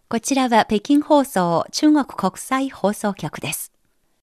こちらは北京放送中国国際放送局です。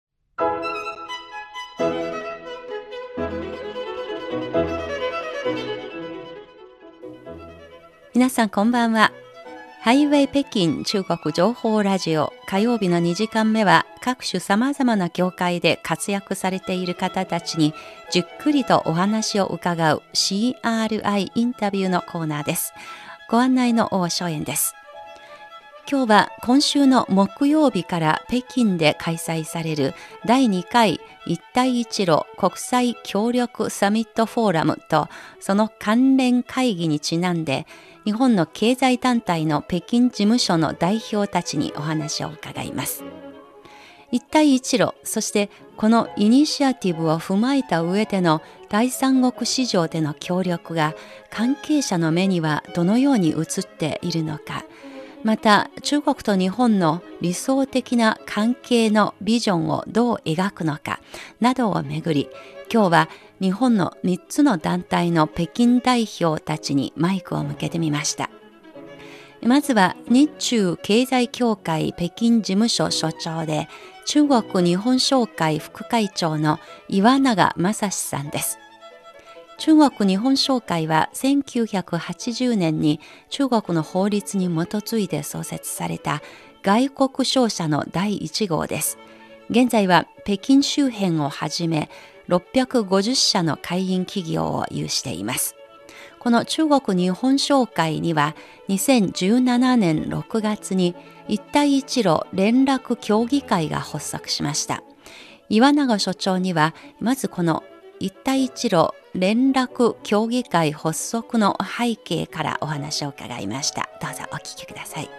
皆さんこんばんは。ハイウェイ北京中国情報ラジオ火曜日の2時間目は各種様々な業界で活躍されている方たちにじっくりとお話を伺う CRI インタビューのコーナーです。ご案内の王書燕です。今日は今週の木曜日から北京で開催される第2回一帯一路国際協力サミットフォーラムとその関連会議にちなんで日本の経済団体の北京事務所の代表たちにお話を伺います。一帯一路、そしてこのイニシアティブを踏まえた上での第三国市場での協力が関係者の目にはどのように映っているのか、また中国と日本の理想的な関係のビジョンをどう描くのかなどをめぐり、今日は日本の3つの団体の北京代表たちにマイクを向けてみました。まずは日中経済協会北京事務所所長で中国日本商会副会長の岩永正史さんです。中国日本商会は1980年に中国の法律に基づいて創設された外国商社の第1号です。現在は北京周辺をはじめ650社の会員企業を有しています。この中国日本商会には2017年6月に一帯一路連絡協議会が発足しました。岩永所長にはまずこの一帯一路連絡協議会発足の背景からお話を伺いました。どうぞお聞きください。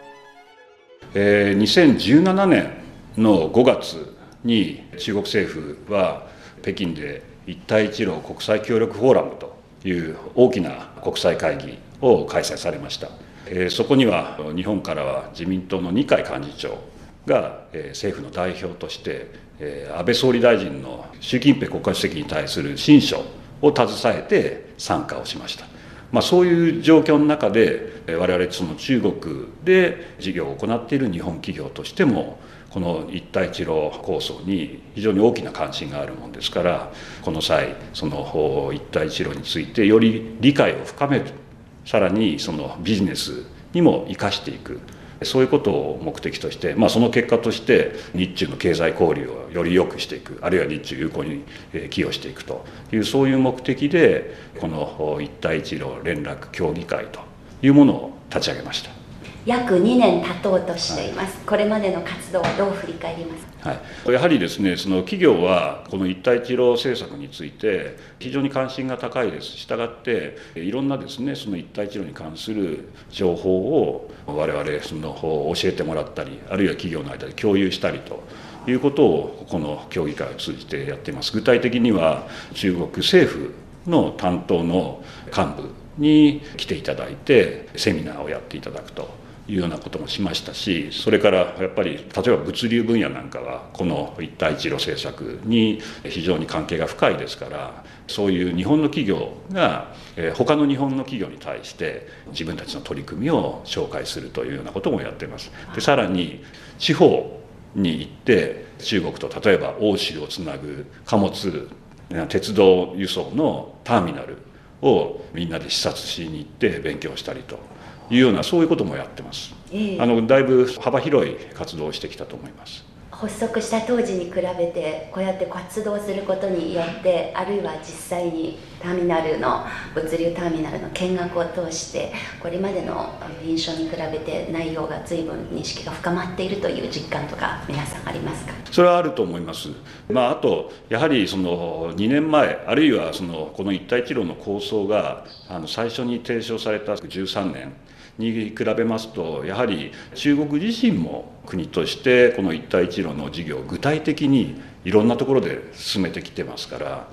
2017年の5月に中国政府は北京で一帯一路国際協力フォーラムという大きな国際会議を開催されました。そこには日本からは自民党の二階幹事長が政府の代表として安倍総理大臣の習近平国家主席に対する親書を携えて参加をしました。そういう状況の中で我々その中国で事業を行っている日本企業としてもこの一帯一路構想に非常に大きな関心があるものですから、この際その一帯一路についてより理解を深める、さらにそのビジネスにも生かしていく、そういうことを目的として、その結果として日中の経済交流をより良くしていく、あるいは日中友好に寄与していくという、そういう目的でこの一帯一路連絡協議会というものを立ち上げました。 約2年経とうとしています。これまでの活動はどう振り返りますか？ やはりですね、その企業はこの一帯一路政策について非常に関心が高いです。したがっていろんなですね、その一帯一路に関する情報を我々その教えてもらったり、あるいは企業の間で共有したりということをこの協議会を通じてやっています。具体的には中国政府の担当の幹部に来ていただいてセミナーをやっていただくというようなこともしましたし、それからやっぱり例えば物流分野なんかはこの一帯一路政策に非常に関係が深いですから、そういう日本の企業が他の日本の企業に対して自分たちの取り組みを紹介するというようなこともやっています。でさらに地方に行って中国と例えば欧州をつなぐ貨物鉄道輸送のターミナルをみんなで視察しに行って勉強したりというような、そういうこともやってます。だいぶ幅広い活動をしてきたと思います。 発足した当時に比べてこうやって活動することによって、あるいは実際にターミナルの物流ターミナルの見学を通してこれまでの印象に比べて内容が随分認識が深まっているという実感とか皆さんありますか？ それはあると思います。あとやはりその2年前、あるいはそのこの一帯一路の構想が最初に提唱された13年に比べますと、やはり中国自身も国としてこの一帯一路の事業を具体的にいろんなところで進めてきてますから、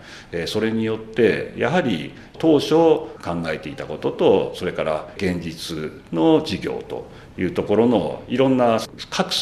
それによってやはり当初考えていたことと、それから現実の事業というところのいろんな格差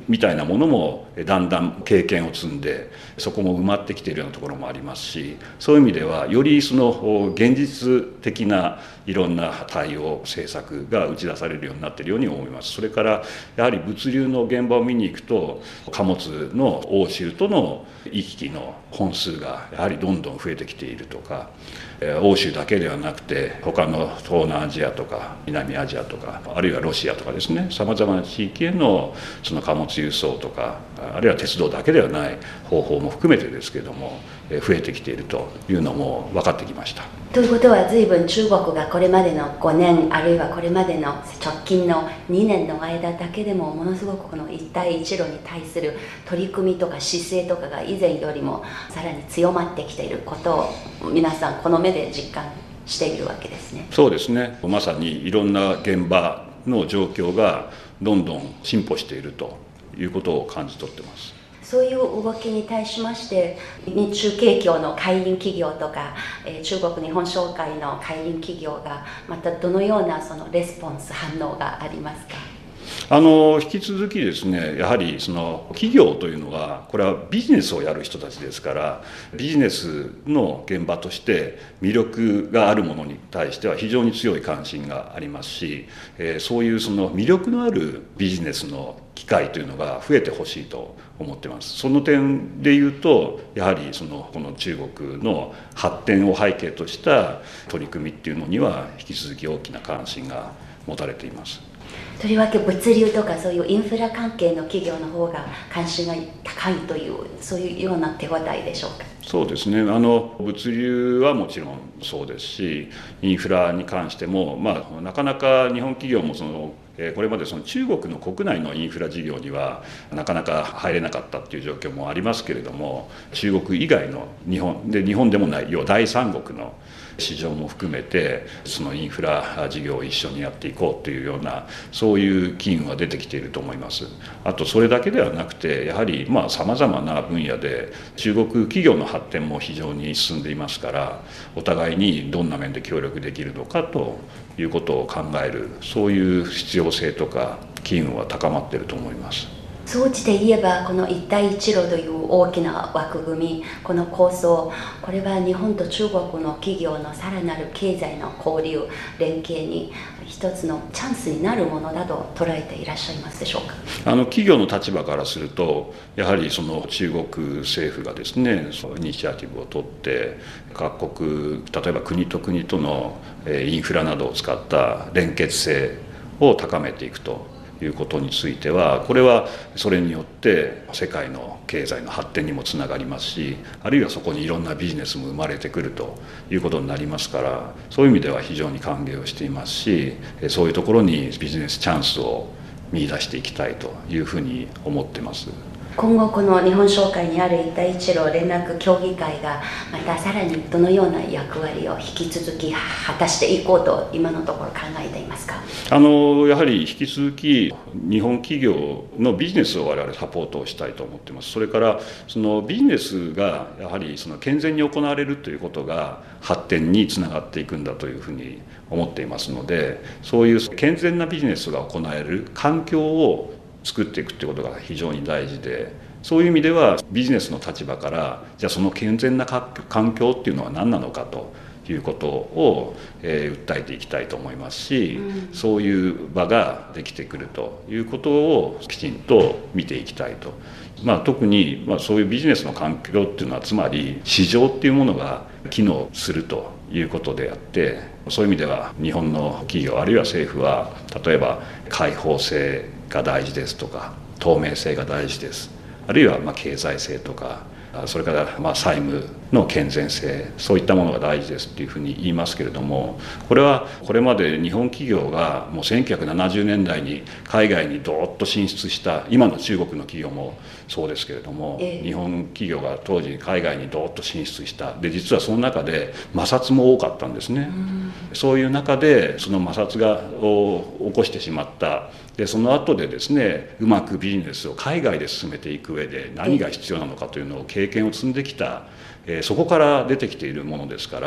みたいなものもだんだん経験を積んでそこも埋まってきているようなところもありますし、そういう意味ではよりその現実的ないろんな対応政策が打ち出されるようになっているように思います。それからやはり物流の現場を見に行くと貨物の欧州との行き来の本数がやはりどんどん増えてきているとか、欧州だけではなくて他の東南アジアとか南アジアとかあるいはロシアとかですね、さまざまな地域へのその貨物輸送とかあるいは鉄道だけではない方法も含めてですけれども増えてきているというのも分かってきました。 ということは随分中国がこれまでの5年あるいはこれまでの直近の2年の間だけでもものすごくこの一帯一路に対する取り組みとか姿勢とかが以前よりもさらに強まってきていることを皆さんこの目で実感しているわけですね。 そうですね、まさにいろんな現場の状況がどんどん進歩しているということを感じ取っています。 そういう動きに対しまして日中景況の海運企業とか中国日本商会の海運企業がまたどのようなそのレスポンス反応がありますか？ 引き続きですね、やはりその企業というのはこれはビジネスをやる人たちですから、ビジネスの現場として魅力があるものに対しては非常に強い関心がありますし、そういうその魅力のあるビジネスの機会というのが増えてほしいと思ってます。その点でいうとやはりこの中国の発展を背景とした取り組みっていうのには引き続き大きな関心が持たれています。 とりわけ物流とかそういうインフラ関係の企業の方が関心が高いというそういうような手応えでしょうか？ そうですね、物流はもちろんそうですしインフラに関しても、なかなか日本企業もこれまで中国の国内のインフラ事業にはなかなか入れなかったっていう状況もありますけれども、中国以外の日本でもない要は第三国の市場も含めてそのインフラ事業を一緒にやっていこうというようなそういう機運は出てきていると思います。あとそれだけではなくてやはりさまざまな分野で中国企業の発展も非常に進んでいますから、お互いにどんな面で協力できるのかということを考えるそういう必要性とか機運は高まっていると思います。 総じて言えばこの一帯一路という大きな枠組み、この構想、これは日本と中国の企業のさらなる経済の交流連携に一つのチャンスになるものだと捉えていらっしゃいますでしょうか？ 企業の立場からするとやはりその中国政府がですねイニシアティブを取って各国例えば国と国とのインフラなどを使った連結性を高めていくということについては、これはそれによって世界の経済の発展にもつながりますし、あるいはそこにいろんなビジネスも生まれてくるということになりますから、そういう意味では非常に歓迎をしていますし、そういうところにビジネスチャンスを見出していきたいというふうに思ってます。 今後この日本商会にある一帯一路連絡協議会がまたさらにどのような役割を引き続き果たしていこうと今のところ考えていますか？ やはり引き続き日本企業のビジネスを我々サポートをしたいと思っています。それからそのビジネスがやはり健全に行われるということが発展につながっていくんだというふうに思っていますので、そういう健全なビジネスが行える環境を作っていくということが非常に大事で、そういう意味ではビジネスの立場からじゃあその健全な環境っていうのは何なのかということを、訴えていきたいと思いますし、そういう場ができてくるということをきちんと見ていきたいと。特に、そういうビジネスの環境っていうのはつまり市場っていうものが機能するということであって、そういう意味では日本の企業あるいは政府は例えば開放性が大事ですとか透明性が大事です、あるいは経済性とかそれから債務の健全性、そういったものが大事ですっていうふうに言いますけれども、これはこれまで日本企業がもう1970年代に海外にどーっと進出した今の中国の企業もそうですけれども、日本企業が当時海外にどーっと進出したで、実はその中で摩擦も多かったんですね。そういう中でその摩擦を起こしてしまった。でその後でですね、うまくビジネスを海外で進めていく上で何が必要なのかというのを経験を積んできた、そこから出てきているものですから、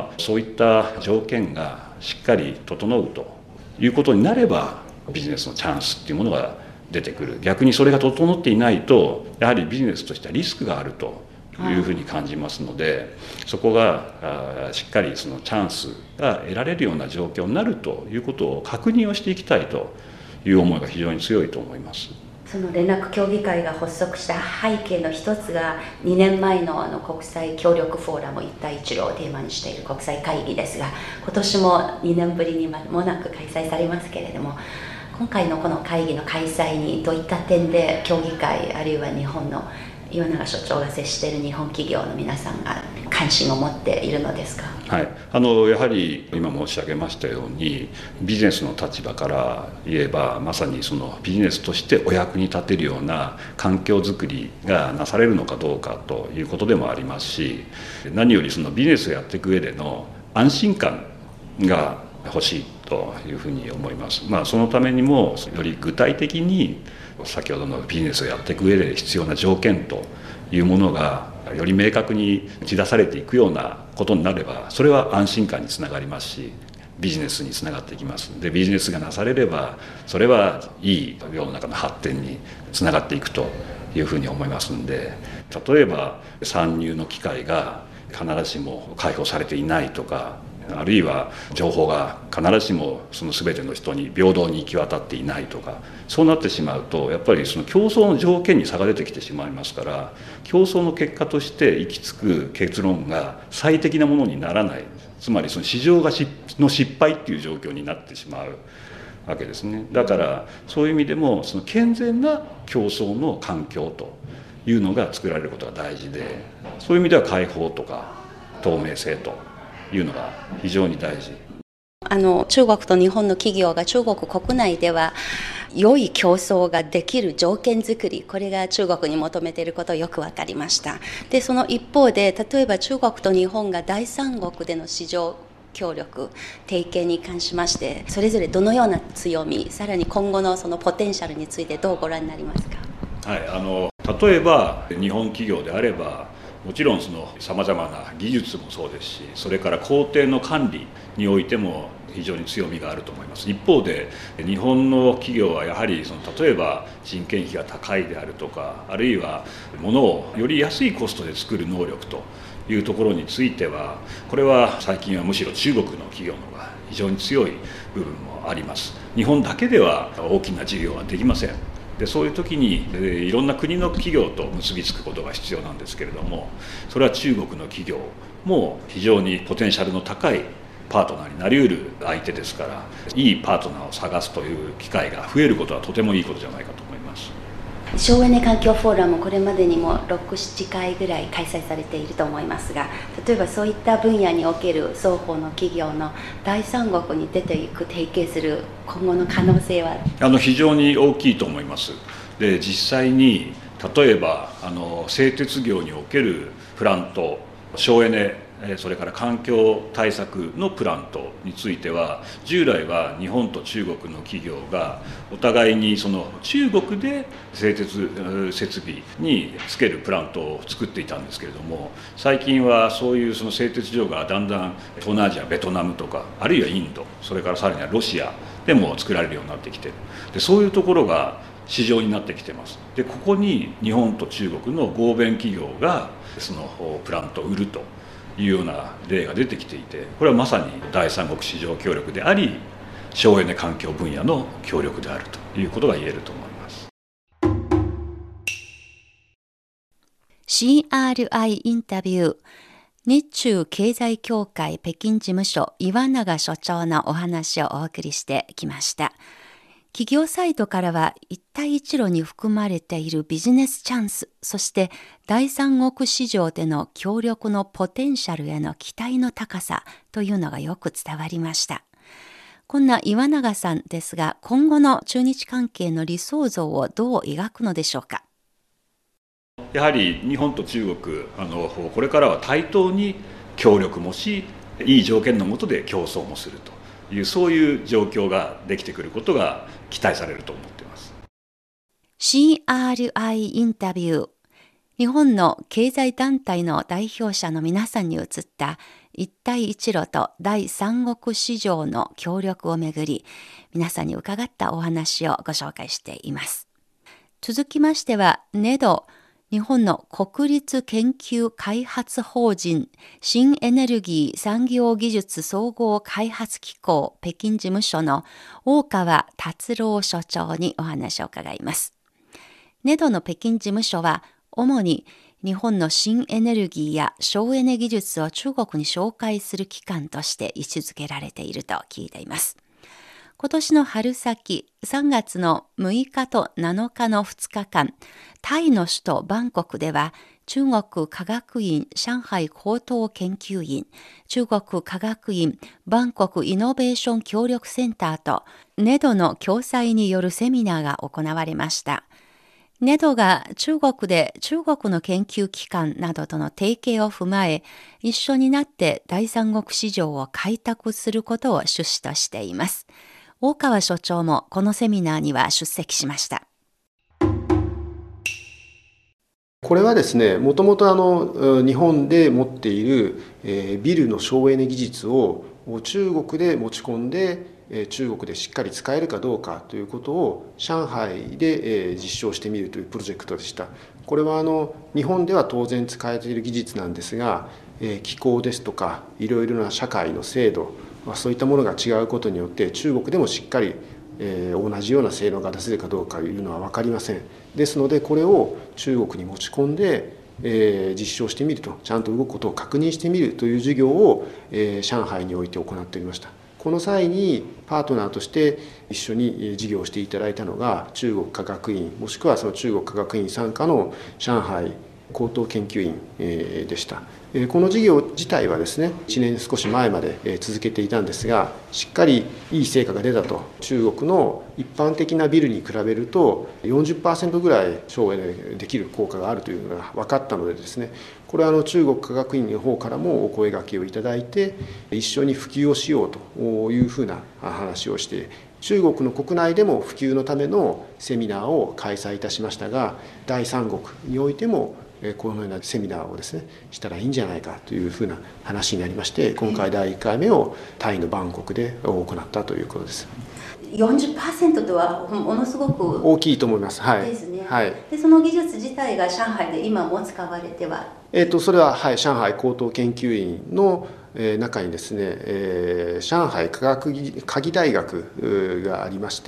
そういった条件がしっかり整うということになればビジネスのチャンスっていうものが出てくる。逆にそれが整っていないとやはりビジネスとしてはリスクがあるというふうに感じますので、そこがしっかりそのチャンスが得られるような状況になるということを確認をしていきたいという思いが非常に強いと思います。 その連絡協議会が発足した背景の一つが2年前の国際協力フォーラム一帯一路をテーマにしている国際会議ですが、今年も2年ぶりに間もなく開催されますけれども、今回のこの会議の開催にどういった点で協議会あるいは日本の岩永所長が接している日本企業の皆さんが関心を持っているのですか？ はい、やはり今申し上げましたようにビジネスの立場から言えばまさにそのビジネスとしてお役に立てるような環境づくりがなされるのかどうかということでもありますし、何よりそのビジネスをやっていく上での安心感が欲しいというふうに思います。そのためにもより具体的に先ほどのビジネスをやっていく上で必要な条件というものがより明確に打ち出されていくようなことになれば、それは安心感につながりますしビジネスにつながっていきます。でビジネスがなされればそれはいい世の中の発展につながっていくというふうに思いますんで、例えば参入の機会が必ずしも開放されていないとか、あるいは情報が必ずしもその全ての人に平等に行き渡っていないとか、そうなってしまうとやっぱりその競争の条件に差が出てきてしまいますから、競争の結果として行き着く結論が最適なものにならない、つまりその市場の失敗っていう状況になってしまうわけですね。だからそういう意味でもその健全な競争の環境というのが作られることが大事で、そういう意味では開放とか透明性というのが非常に大事。 中国と日本の企業が中国国内では良い競争ができる条件づくり、これが中国に求めていることよく分かりました。でその一方で例えば中国と日本が第三国での市場協力提携に関しましてそれぞれどのような強み、さらに今後のそのポテンシャルについてどうご覧になりますか？ はい、例えば日本企業であればもちろんさまざまな技術もそうですし、それから工程の管理においても非常に強みがあると思います。一方で日本の企業はやはり例えば人件費が高いであるとか、あるいは物をより安いコストで作る能力というところについては、これは最近はむしろ中国の企業の方が非常に強い部分もあります。日本だけでは大きな事業はできません。でそういう時にいろんな国の企業と結びつくことが必要なんですけれども、それは中国の企業も非常にポテンシャルの高いパートナーになりうる相手ですから、いいパートナーを探すという機会が増えることはとてもいいことじゃないかと思います。 省エネ環境フォーラム、これまでにも6、7回ぐらい開催されていると思いますが、例えばそういった分野における双方の企業の第三国に出ていく提携する今後の可能性は非常に大きいと思います。で実際に例えば製鉄業におけるプラント、省エネそれから環境対策のプラントについては従来は日本と中国の企業がお互いに中国で製鉄設備につけるプラントを作っていたんですけれども、最近はそういう製鉄所がだんだん東南アジア、ベトナムとかあるいはインド、それからさらにはロシアでも作られるようになってきている。でそういうところが市場になってきています。でここに日本と中国の合弁企業がそのプラントを売るというような例が出てきていて、これはまさに第三国市場協力であり省エネ環境分野の協力であるということが言えると思います。 CRI インタビュー、日中経済協会北京事務所岩永所長のお話をお送りしてきました。企業サイトからは一帯一路に含まれているビジネスチャンス、そして第三国市場での協力のポテンシャルへの期待の高さというのがよく伝わりました。こんな岩永さんですが、今後の中日関係の理想像をどう描くのでしょうか。 やはり日本と中国これからは対等に協力もし、いい条件の下で競争もするという、そういう状況ができてくることが期待されると思っています。 CRI インタビュー、日本の経済団体の代表者の皆さんに移った一帯一路と第三国市場の協力をめぐり、皆さんに伺ったお話をご紹介しています。 続きましては、NEDO、日本の国立研究開発法人新エネルギー産業技術総合開発機構北京事務所の大川達郎所長にお話を伺います。NEDO の北京事務所は、主に日本の新エネルギーや省エネ技術を中国に紹介する機関として位置づけられていると聞いています。今年の春先、3月の6日と7日の2日間、タイの首都バンコクでは、中国科学院上海高等研究院、中国科学院バンコクイノベーション協力センターと、NEDO の共催によるセミナーが行われました。NEDO が中国で中国の研究機関などとの提携を踏まえ、一緒になって第三国市場を開拓することを趣旨としています。大川所長もこのセミナーには出席しました。 これはですね、もともと日本で持っているビルの省エネ技術を中国で持ち込んで、中国でしっかり使えるかどうかということを上海で実証してみるというプロジェクトでした。これは日本では当然使えている技術なんですが、気候ですとかいろいろな社会の制度、そういったものが違うことによって中国でもしっかり同じような性能が出せるかどうかいうのは分かりません。ですのでこれを中国に持ち込んで実証してみると、ちゃんと動くことを確認してみるという授業を上海において行っておりました。この際にパートナーとして一緒に事業をしていただいたのが中国科学院、もしくはその中国科学院傘下の上海高等研究院でした。この事業自体はですね、1年少し前まで続けていたんですが、しっかりいい成果が出たと。中国の一般的なビルに比べると 40% ぐらい省エネできる効果があるというのが分かったのでですね、これは中国科学院の方からもお声掛けをいただいて、一緒に普及をしようというふうな話をして、中国の国内でも普及のためのセミナーを開催いたしましたが、第三国においてもこのようなセミナーをですねしたらいいんじゃないかというふうな話になりまして、今回第1回目をタイのバンコクで行ったということです。 40% とはものすごく大きいと思います。はい。 ですね。 はい。 でその技術自体が上海で今も使われては、 それは、はい、上海高等研究院の中にですね、上海科技大学がありまして、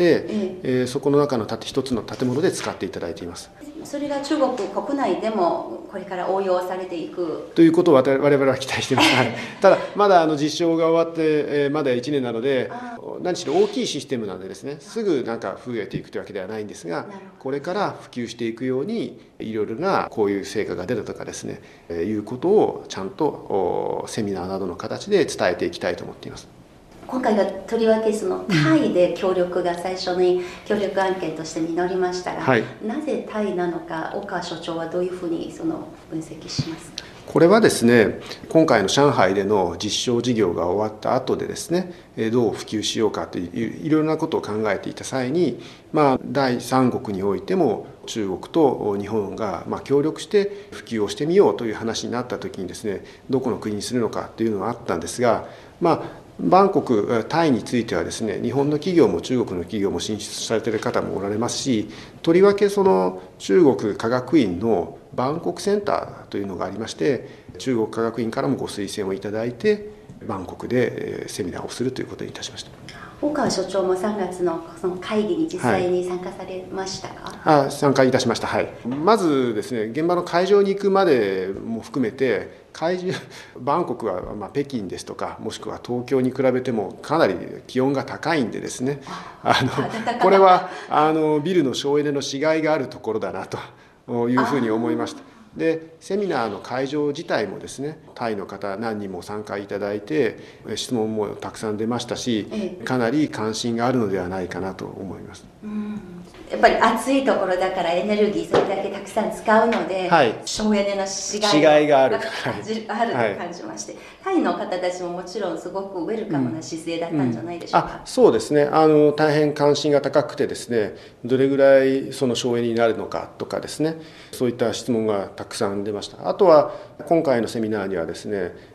そこの中の一つの建物で使っていただいています。 それが中国国内でもこれから応用されていくということを我々は期待しています。ただまだ実証が終わってまだ1年なので、何しろ大きいシステムなのでですね、すぐなんか増えていくというわけではないんですが、これから普及していくようにいろいろなこういう成果が出たとかですね、いうことをちゃんとセミナーなどの形で伝えていきたいと思っています。 今回がとりわけそのタイで協力が最初に協力案件として実りましたが、はい、なぜタイなのか、大川所長はどういうふうにその分析しますか。 これはですね、今回の上海での実証事業が終わった後でですね、どう普及しようかといういろいろなことを考えていた際に、第三国においても中国と日本が協力して普及をしてみようという話になった時にですね、どこの国にするのかというのがあったんですが、バンコク、タイについてはですね、日本の企業も中国の企業も進出されている方もおられますし、とりわけその中国科学院のバンコクセンターというのがありまして、中国科学院からもご推薦をいただいてバンコクでセミナーをするということにいたしました。 大川所長も3月のその会議に実際に参加されましたか。 参加いたしました。はい。まずですね、現場の会場に行くまでも含めて、バンコクは北京ですとか、もしくは東京に比べてもかなり気温が高いんでですね、これはビルの省エネのしがいがあるところだなというふうに思いました。でセミナーの会場自体もですね、タイの方何人も参加いただいて質問もたくさん出ましたし、かなり関心があるのではないかなと思います。 やっぱり暑いところだからエネルギーそれだけたくさん使うので、省エネのしがいがあると感じまして、タイの方たちももちろんすごくウェルカムな姿勢だったんじゃないでしょうか。 そうですね、大変関心が高くてですね、どれぐらいその省エネになるのかとかですね、そういった質問がたくさん出ました。あとは今回のセミナーにはですね、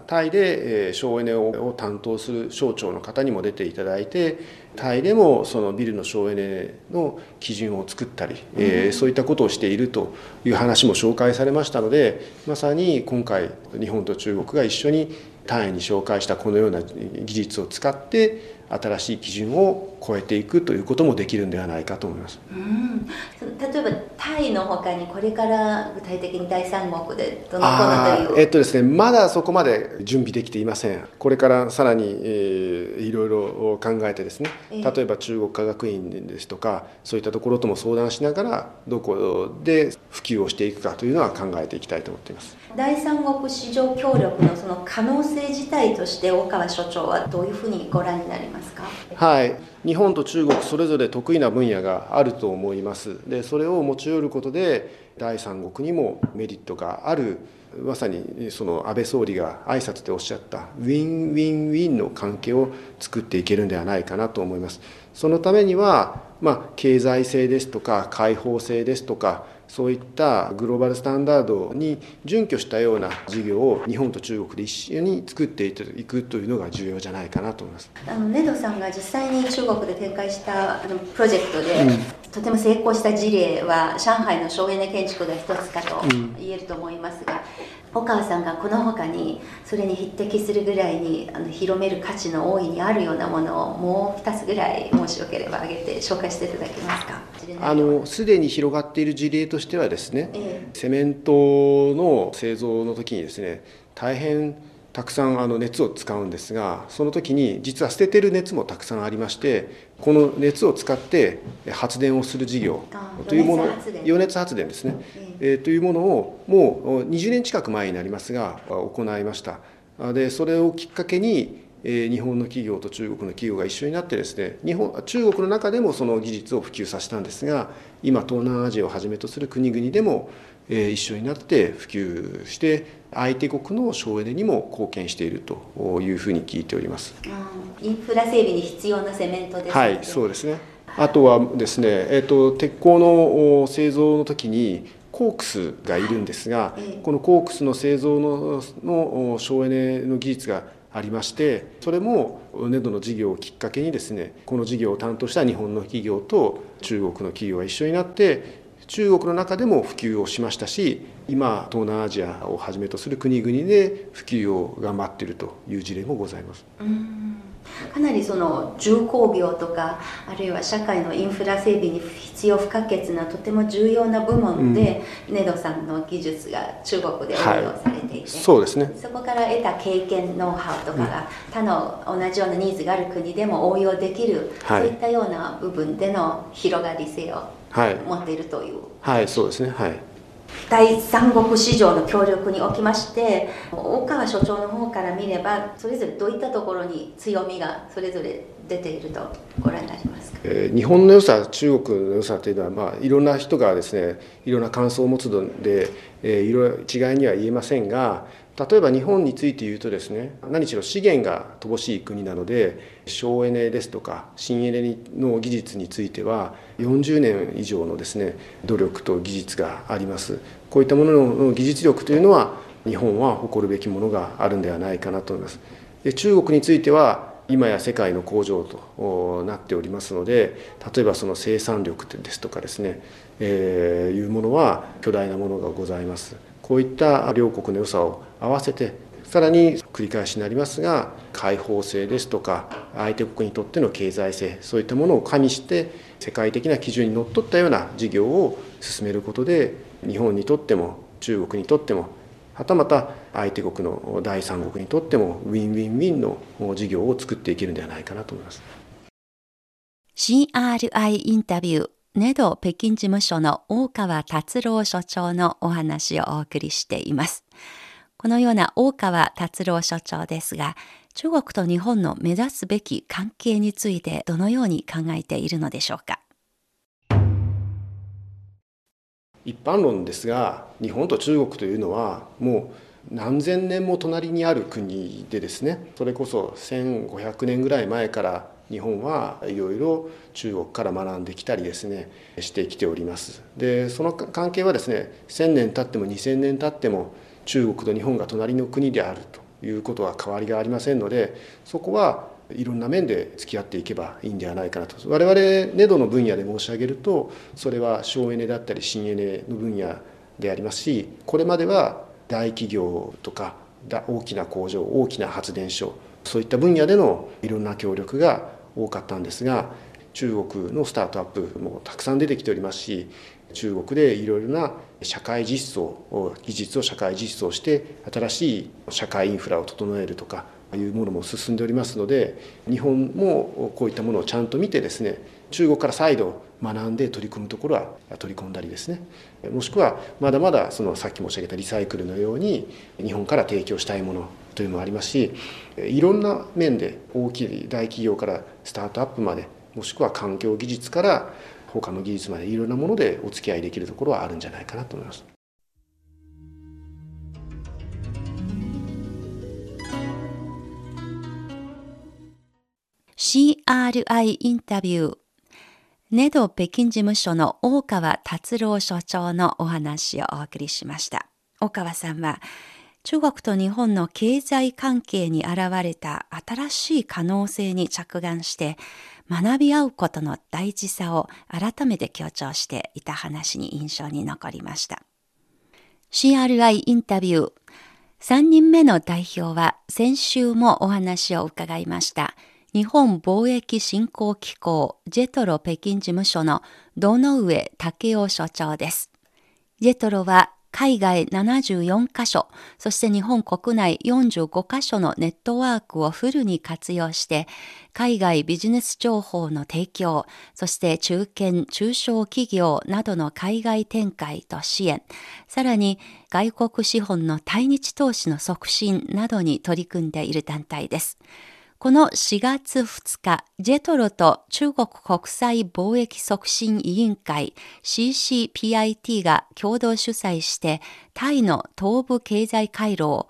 タイで省エネを担当する省庁の方にも出ていただいて、タイでもそのビルの省エネの基準を作ったり、そういったことをしているという話も紹介されましたので、まさに今回日本と中国が一緒にタイに紹介したこのような技術を使って新しい基準を超えていくということもできるんではないかと思います。 例えばタイのほかにこれから具体的に第三国でどのようなというですね、まだそこまで準備できていません。これからさらに、いろいろ考えてですね、例えば中国科学院ですとかそういったところとも相談しながらどこで普及をしていくかというのは考えていきたいと思っています。 第三国市場協力のその可能性自体として大川所長はどういうふうにご覧になりますか？ はい、日本と中国それぞれ得意な分野があると思います。でそれを持ち寄ることで第三国にもメリットがある、まさにその安倍総理が挨拶でおっしゃったウィンウィンウィンの関係を作っていけるんではないかなと思います。そのためには、経済性ですとか開放性ですとかそういったグローバルスタンダードに準拠したような事業を日本と中国で一緒に作っていくというのが重要じゃないかなと思います。 ネドさんが実際に中国で展開したプロジェクトで、とても成功した事例は上海の省エネ建築が一つかと言えると思いますが、大川さんがこの他にそれに匹敵するぐらいに広める価値の大いにあるようなものをもう2つぐらいもしよければ挙げて紹介していただけますか？ すでに広がっている事例としてはですね、セメントの製造の時にですね、大変たくさん熱を使うんですが、その時に実は捨ててる熱もたくさんありまして、この熱を使って発電をする事業というもの、余熱発電ですね、というものをもう20年近く前になりますが行いました。でそれをきっかけに日本の企業と中国の企業が一緒になってですね、中国の中でもその技術を普及させたんですが、今東南アジアをはじめとする国々でも一緒になって普及して相手国の省エネにも貢献しているというふうに聞いております。 インフラ整備に必要なセメントですね。 はい、そうですね。あとはですね、鉄鋼の製造の時にコークスがいるんですが、このコークスの製造の省エネの技術がありまして、それもネドの事業をきっかけにですね、この事業を担当した日本の企業と中国の企業が一緒になって中国の中でも普及をしましたし、今東南アジアをはじめとする国々で普及を頑張っているという事例もございます。 かなりその重工業とかあるいは社会のインフラ整備に必要不可欠なとても重要な部門で、ネドさんの技術が中国で応用されていて、 そうですね、 そこから得た経験ノウハウとかが他の同じようなニーズがある国でも応用できる、そういったような部分での広がり性を持っているという、 そうですね。 第三国市場の協力におきまして大川所長の方から見ればそれぞれどういったところに強みがそれぞれ出ているとご覧になりますか？ 日本の良さ、中国の良さというのは、いろんな人がですねいろんな感想を持つので、いろいろ一概には言えませんが、例えば日本について言うとですね、何しろ資源が乏しい国なので省エネですとか新エネの技術については40年以上のですね努力と技術があります。こういったものの技術力というのは日本は誇るべきものがあるんではないかなと思います。で中国については今や世界の工場となっておりますので、例えばその生産力ですとかですね、いうものは巨大なものがございます。こういった両国の良さを合わせて、さらに繰り返しになりますが開放性ですとか相手国にとっての経済性、そういったものを加味して世界的な基準にのっとったような事業を進めることで日本にとっても中国にとってもはたまた相手国の第三国にとってもウィンウィンウィンの事業を作っていけるんではないかなと思います。 CRI インタビューネド北京事務所の大川達郎所長のお話をお送りしています。このような大川達郎所長ですが、中国と日本の目指すべき関係についてどのように考えているのでしょうか。 一般論ですが、日本と中国というのはもう何千年も隣にある国でですね、それこそ1500年ぐらい前から日本はいろいろ中国から学んできたりですねしてきております。でその関係はですね、1000年経っても2000年経っても中国と日本が隣の国であるということは変わりがありませんので、そこはいろんな面で付き合っていけばいいんではないかなと。我々ネドの分野で申し上げると、それは省エネだったり新エネの分野でありますし、これまでは大企業とか大きな工場、大きな発電所、そういった分野でのいろんな協力が多かったんですが、中国のスタートアップもたくさん出てきておりますし、中国でいろいろな社会実装、技術を社会実装して新しい社会インフラを整えるとかいうものも進んでおりますので、日本もこういったものをちゃんと見てですね、中国から再度学んで取り組むところは取り込んだりですね、もしくはまだまださっき申し上げたリサイクルのように日本から提供したいものというのもありますし、いろんな面で大きい大企業からスタートアップまで、もしくは環境技術から他の技術までいろんなものでお付き合いできるところはあるんじゃないかなと思います。 CRI インタビュー。ネド北京事務所の大川達郎所長のお話をお送りしました。大川さんは、中国と日本の経済関係に現れた新しい可能性に着眼して学び合うことの大事さを改めて強調していた話に印象に残りました。CRI インタビュー。3人目の代表は先週もお話を伺いました日本貿易振興機構ジェトロ北京事務所の堂上武夫所長です。ジェトロは海外74カ所、そして日本国内45カ所のネットワークをフルに活用して、海外ビジネス情報の提供、そして中堅・中小企業などの海外展開と支援、さらに外国資本の対日投資の促進などに取り組んでいる団体です。この4月2日、ジェトロと中国国際貿易促進委員会 CCPIT が共同主催して、タイの東部経済回廊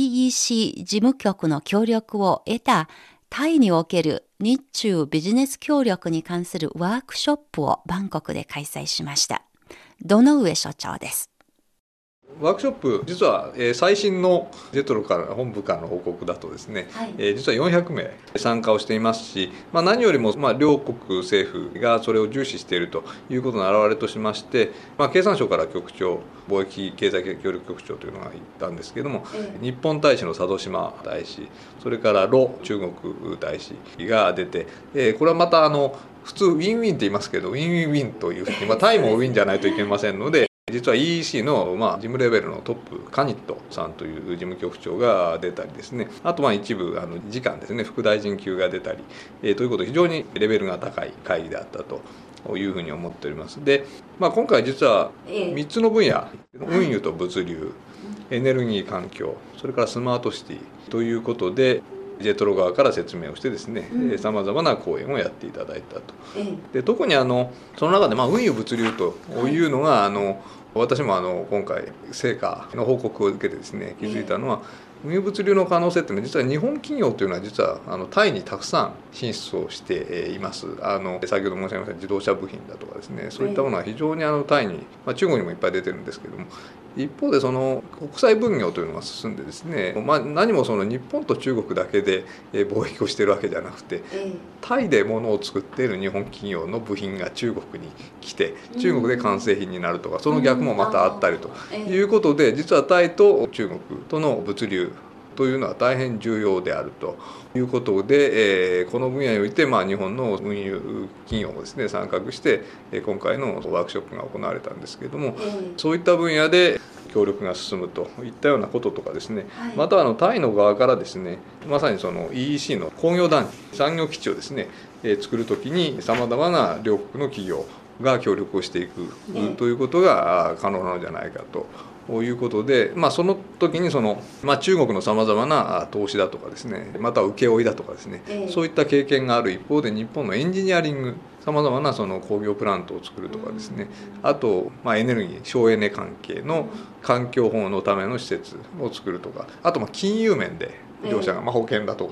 EEC 事務局の協力を得たタイにおける日中ビジネス協力に関するワークショップをバンコクで開催しました。堂上所長です。 ワークショップ、実は最新のジェトロから本部からの報告だとですね、実は400名参加をしていますし、何よりも両国政府がそれを重視しているということの表れとしまして、経産省から局長、貿易経済協力局長というのがいたんですけれども、日本大使の佐渡島大使、それからロ中国大使が出て、これはまた普通ウィンウィンって言いますけど、ウィンウィンウィンというふうに、タイもウィンじゃないといけませんので、実は EEC の事務レベルのトップカニットさんという事務局長が出たりですね、あと一部次官ですね、副大臣級が出たり、ということで非常にレベルが高い会議であったというふうに思っております。で、今回実は3つの分野、運輸と物流、エネルギー環境、それからスマートシティということでジェトロ側から説明をしてですね、さまざまな講演をやっていただいたと。で、特にその中で運輸物流というのが私も今回成果の報告を受けてですね気づいたのは、運輸物流の可能性っていうのは実は日本企業というのは実はタイにたくさん進出をしています。先ほど申し上げました自動車部品だとかですね、そういったものは非常にタイに、中国にもいっぱい出てるんですけども、一方でその国際分業というのが進んでですね、何もその日本と中国だけで貿易をしているわけじゃなくて、タイで物を作っている日本企業の部品が中国に来て中国で完成品になるとか、その逆もまたあったりということで、実はタイと中国との物流というのは大変重要であるということで、この分野において日本の運輸企業もですね参画して今回のワークショップが行われたんですけれども、そういった分野で協力が進むといったようなこととかですね、またタイの側からですね、まさにその EEC の工業団地、産業基地をですね作るときにさまざまな両国の企業が協力をしていくということが可能なのじゃないかということで、その時に中国のさまざまな投資だとかですね、また請負だとかですね、そういった経験がある一方で、日本のエンジニアリング、さまざまな工業プラントを作るとかですね、あとエネルギー省エネ関係の環境保護のための施設を作るとか、あと金融面で両者が保険だとか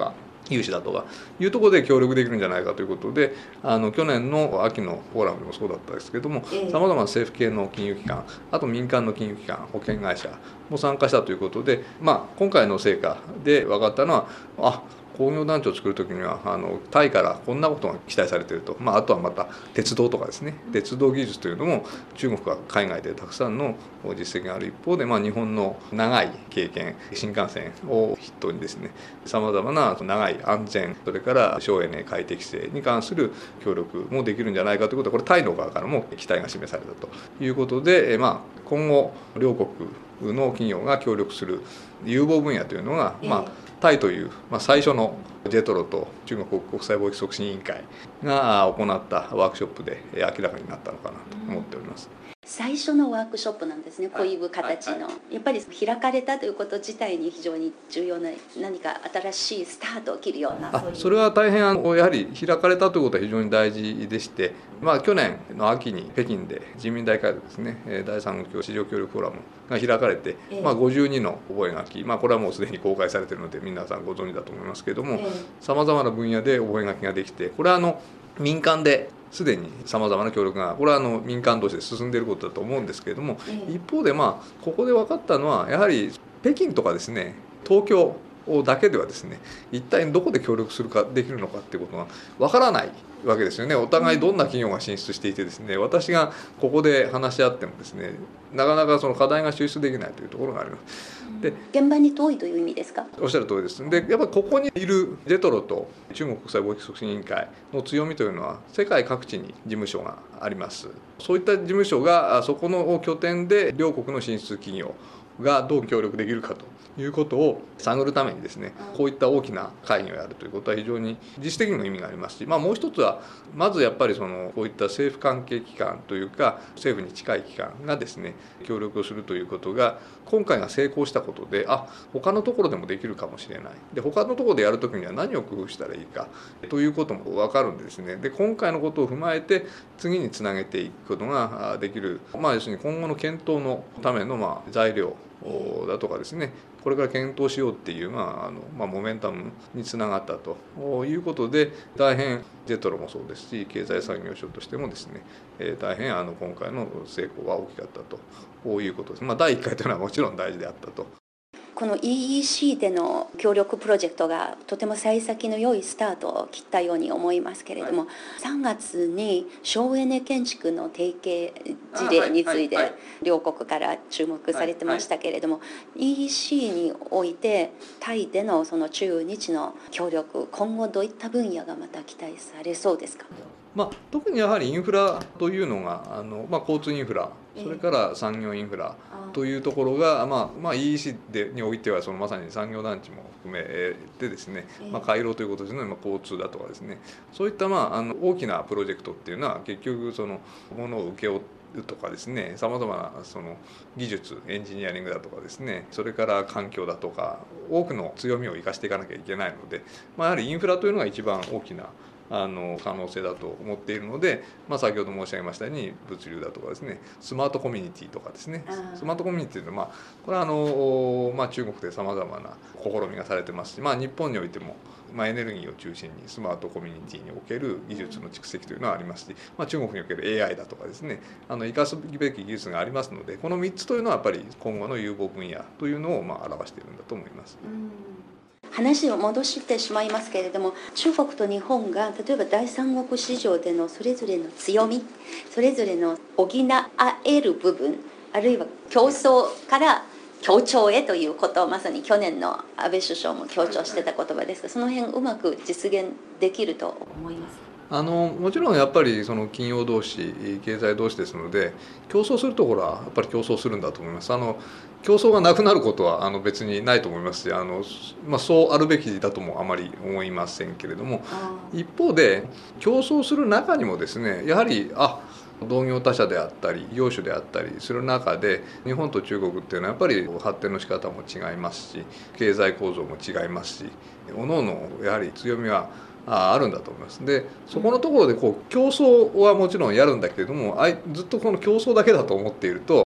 融資だとかいうところで協力できるんじゃないかということで、去年の秋のフォーラムでもそうだったんですけども、さまざまな政府系の金融機関、あと民間の金融機関、保険会社も参加したということで、今回の成果で分かったのは、工業団地を作る時にはタイからこんなことが期待されていると、あとはまた鉄道とかですね、鉄道技術というのも中国は海外でたくさんの実績がある一方で、日本の長い経験、新幹線を筆頭にですね、さまざまな長い安全、それから省エネ快適性に関する協力もできるんじゃないかということで、これタイの側からも期待が示されたということで、今後両国の企業が協力する有望分野というのが、タイという、最初のJETROと中国国際貿易促進委員会が行ったワークショップで明らかになったのかなと思っております。 最初のワークショップなんですね、こういう形の、やっぱり開かれたということ自体に非常に重要な、何か新しいスタートを切るような、 それは大変やはり開かれたということは非常に大事でして、去年の秋に北京で人民大会でですね、第三国市場協力フォーラムが開かれて、52の覚書、これはもうすでに公開されているので皆さんご存知だと思いますけれども、さまざまな分野で覚書ができて、これは民間ですでにさまざまな協力が、これは民間同士で進んでいることだと思うんですけれども、一方でここで分かったのは、やはり北京とかですね、東京だけではですね、一体どこで協力するかできるのかっていうことが分からないわけですよね。お互いどんな企業が進出していてですね、私がここで話し合ってもですね、なかなかその課題が抽出できないというところがあります。 で、現場に遠いという意味ですか？ おっしゃる通りです。で、やっぱりここにいるJETROと中国国際貿易促進委員会の強みというのは、世界各地に事務所があります。そういった事務所がそこの拠点で両国の進出企業がどう協力できるかということを探るためにですね、こういった大きな会議をやるということは非常に実質的にも意味がありますし、もう一つはまずやっぱりこういった政府関係機関というか政府に近い機関がですね協力をするということが今回が成功したことで、他のところでもできるかもしれない、で他のところでやるときには何を工夫したらいいかということも分かるんですね。で、今回のことを踏まえて次につなげていくことができる、要するに今後の検討のための材料だとかですね、これから検討しようっていうモメンタムにつながったということで、大変JETROもそうですし経済産業省としてもですね、大変今回の成功は大きかったということです。第1回というのはもちろん大事であったと。 この EEC での協力プロジェクトがとても幸先の良いスタートを切ったように思いますけれども、3月に省エネ建築の提携事例について両国から注目されてましたけれども、EEC においてタイでのその中日の協力、今後どういった分野がまた期待されそうですか？ 特にやはりインフラというのが交通インフラ、それから産業インフラというところが、EEC においてはまさに産業団地も含めてですね、回廊ということですね、交通だとかですね、そういった大きなプロジェクトっていうのは結局ものを請け負うとかですね、さまざまな技術、エンジニアリングだとかですね、それから環境だとか多くの強みを生かしていかなきゃいけないので、やはりインフラというのが一番大きな可能性だと思っているので、先ほど申し上げましたように物流だとかですね、スマートコミュニティとかですね、スマートコミュニティというのはこれは中国でさまざまな試みがされてますし、日本においてもエネルギーを中心にスマートコミュニティにおける技術の蓄積というのはありますし、中国における AI だとかですね、生かすべき技術がありますので、この3つというのはやっぱり今後の有望分野というのを表しているんだと思います。 話を戻してしまいますけれども、中国と日本が例えば第三国市場でのそれぞれの強み、それぞれの補える部分、あるいは競争から協調へということをまさに去年の安倍首相も強調してた言葉ですが、その辺うまく実現できると思いますか？ もちろんやっぱり企業同士、経済同士ですので、競争するところはやっぱり競争するんだと思います。競争がなくなることは別にないと思いますし、そうあるべきだともあまり思いませんけれども、一方で競争する中にもですね、やはり同業他社であったり業種であったりする中で、日本と中国っていうのはやっぱり発展の仕方も違いますし、経済構造も違いますし、各々やはり強みはあるんだと思います。で、そこのところで競争はもちろんやるんだけれども、ずっとこの競争だけだと思っていると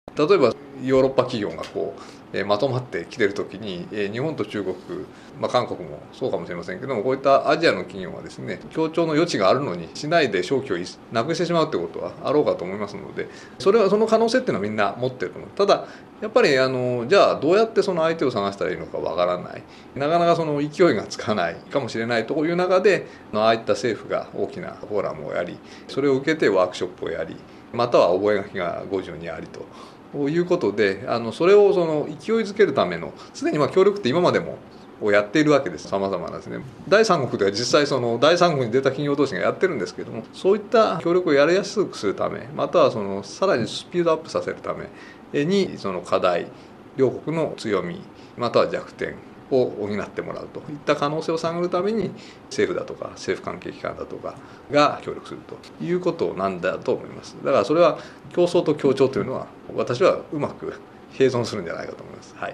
例えばヨーロッパ企業がまとまってきてる時に日本と中国、韓国もそうかもしれませんけども、こういったアジアの企業はですね、協調の余地があるのにしないで商機をなくしてしまうということはあろうかと思いますので、その可能性っていうのはみんな持ってると思う。ただやっぱりじゃあどうやってその相手を探したらいいのかわからない、なかなかその勢いがつかないかもしれないという中で、ああいった政府が大きなフォーラムをやり、それを受けてワークショップをやり、または覚書が52ありということで、それを勢いづけるためのすでに協力って今までもやっているわけです。さまざまなですね、第三国では実際第三国に出た企業同士がやってるんですけども、そういった協力をやりやすくするため、またはさらにスピードアップさせるために課題、両国の強みまたは弱点を補ってもらうといった可能性を探るために、政府だとか政府関係機関だとかが協力するということなんだと思います。だからそれは競争と協調というのは私はうまく併存するんじゃないかと思います。はい。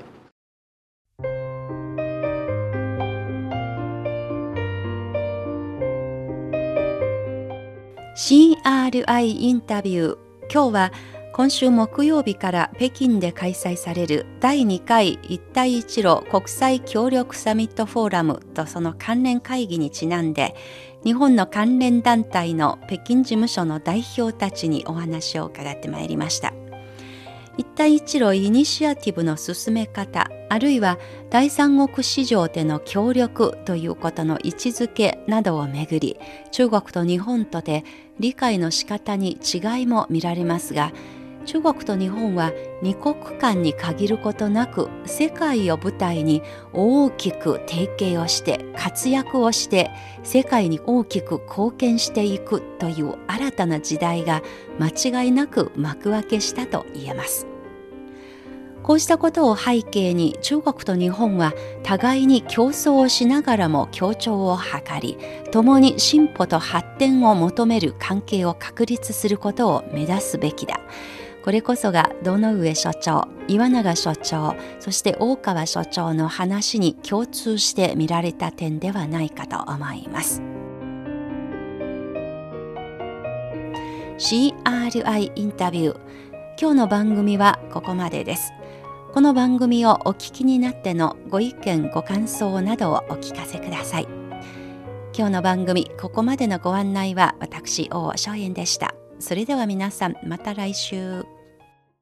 CRI インタビュー。今日は今週木曜日から北京で開催される第2回一帯一路国際協力サミットフォーラムとその関連会議にちなんで、日本の関連団体の北京事務所の代表たちにお話を伺ってまいりました。一帯一路イニシアティブの進め方、あるいは第三国市場での協力ということの位置づけなどをめぐり、中国と日本とで理解の仕方に違いも見られますが、中国と日本は二国間に限ることなく、世界を舞台に大きく提携をして活躍をして世界に大きく貢献していくという新たな時代が間違いなく幕開けしたと言えます。こうしたことを背景に、中国と日本は互いに競争をしながらも協調を図り、共に進歩と発展を求める関係を確立することを目指すべきだ。これこそが堂上所長、岩永所長、そして大川所長の話に共通して見られた点ではないかと思います。CRI インタビュー。今日の番組はここまでです。この番組をお聞きになってのご意見ご感想などをお聞かせください。今日の番組ここまでのご案内は私大正円でした。それでは皆さん、また来週。